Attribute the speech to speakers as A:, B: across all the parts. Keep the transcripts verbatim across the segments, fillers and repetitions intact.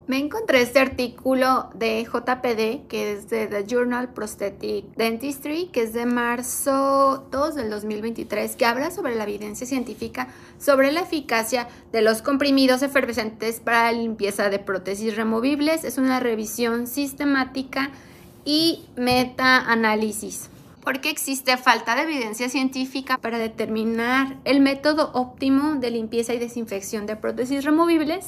A: Me encontré este artículo de J P D, que es de The Journal Prosthetic Dentistry, que es de marzo dos del dos mil veintitrés, que habla sobre la evidencia científica sobre la eficacia de los comprimidos efervescentes para la limpieza de prótesis removibles. Es una revisión sistemática y metaanálisis, porque existe falta de evidencia científica para determinar el método óptimo de limpieza y desinfección de prótesis removibles.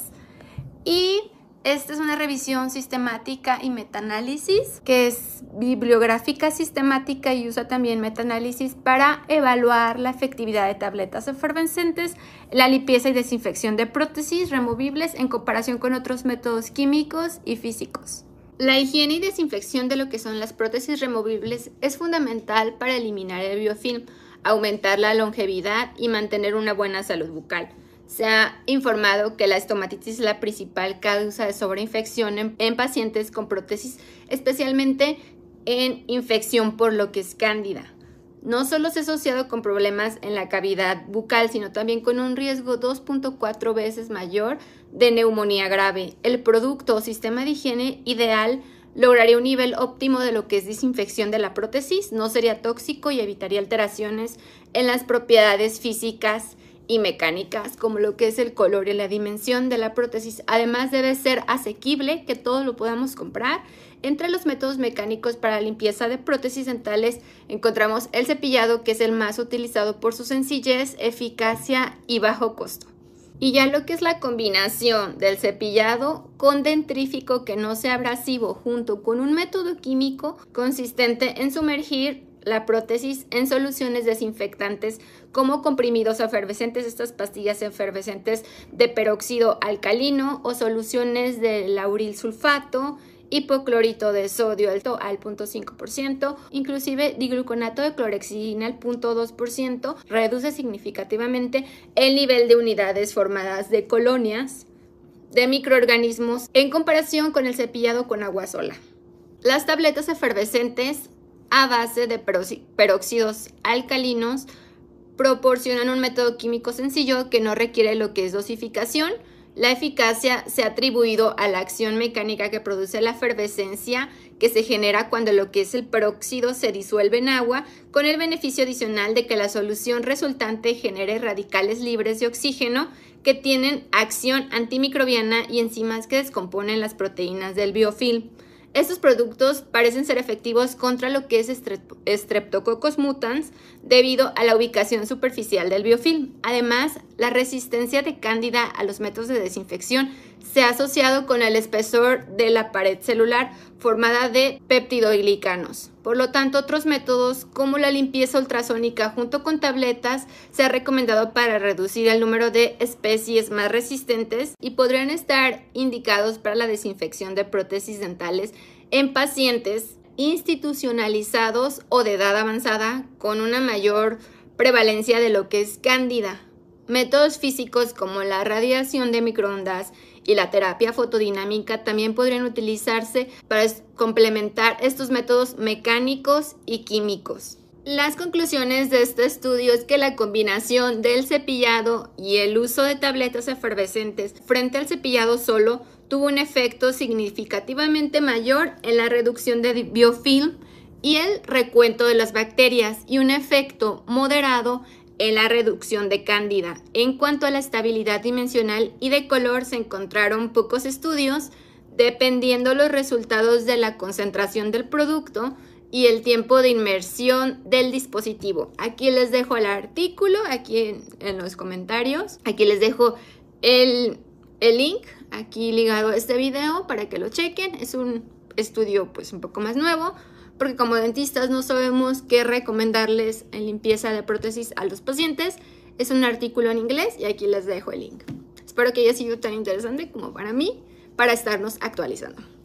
A: Y esta es una revisión sistemática y metaanálisis, que es bibliográfica sistemática y usa también metaanálisis para evaluar la efectividad de tabletas efervescentes, la limpieza y desinfección de prótesis removibles en comparación con otros métodos químicos y físicos. La higiene y desinfección de lo que son las prótesis removibles es fundamental para eliminar el biofilm, aumentar la longevidad y mantener una buena salud bucal. Se ha informado que la estomatitis es la principal causa de sobreinfección en, en pacientes con prótesis, especialmente en infección por lo que es cándida. No solo se ha asociado con problemas en la cavidad bucal, sino también con un riesgo dos punto cuatro veces mayor de neumonía grave. El producto o sistema de higiene ideal lograría un nivel óptimo de lo que es desinfección de la prótesis, no sería tóxico y evitaría alteraciones en las propiedades físicas y mecánicas, como lo que es el color y la dimensión de la prótesis. Además, debe ser asequible, que todos lo podamos comprar. Entre los métodos mecánicos para la limpieza de prótesis dentales encontramos el cepillado, que es el más utilizado por su sencillez, eficacia y bajo costo. Y ya lo que es la combinación del cepillado con dentrífico que no sea abrasivo, junto con un método químico consistente en sumergir la prótesis en soluciones desinfectantes como comprimidos efervescentes, estas pastillas efervescentes de peróxido alcalino o soluciones de lauril sulfato, hipoclorito de sodio alto al cero punto cinco por ciento, inclusive digluconato de clorhexidina al cero punto dos por ciento, reduce significativamente el nivel de unidades formadas de colonias de microorganismos en comparación con el cepillado con agua sola. Las tabletas efervescentes a base de peróxidos alcalinos proporcionan un método químico sencillo que no requiere lo que es dosificación. La eficacia se ha atribuido a la acción mecánica que produce la efervescencia que se genera cuando lo que es el peróxido se disuelve en agua, con el beneficio adicional de que la solución resultante genere radicales libres de oxígeno que tienen acción antimicrobiana y enzimas que descomponen las proteínas del biofilm. Estos productos parecen ser efectivos contra lo que es Streptococcus mutans debido a la ubicación superficial del biofilm. Además, la resistencia de cándida a los métodos de desinfección se ha asociado con el espesor de la pared celular formada de peptidoglicanos. Por lo tanto, otros métodos como la limpieza ultrasónica junto con tabletas se ha recomendado para reducir el número de especies más resistentes y podrían estar indicados para la desinfección de prótesis dentales en pacientes institucionalizados o de edad avanzada con una mayor prevalencia de lo que es cándida. Métodos físicos como la radiación de microondas y la terapia fotodinámica también podrían utilizarse para complementar estos métodos mecánicos y químicos. Las conclusiones de este estudio es que la combinación del cepillado y el uso de tabletas efervescentes frente al cepillado solo tuvo un efecto significativamente mayor en la reducción de biofilm y el recuento de las bacterias, y un efecto moderado en la reducción de cándida. En cuanto a la estabilidad dimensional y de color, se encontraron pocos estudios, dependiendo los resultados de la concentración del producto y el tiempo de inmersión del dispositivo. Aquí les dejo el artículo, aquí en, en los comentarios. Aquí les dejo el, el link, aquí ligado a este video para que lo chequen. Es un estudio pues un poco más nuevo, porque como dentistas no sabemos qué recomendarles en limpieza de prótesis a los pacientes. Es un artículo en inglés y aquí les dejo el link. Espero que haya sido tan interesante como para mí, para estarnos actualizando.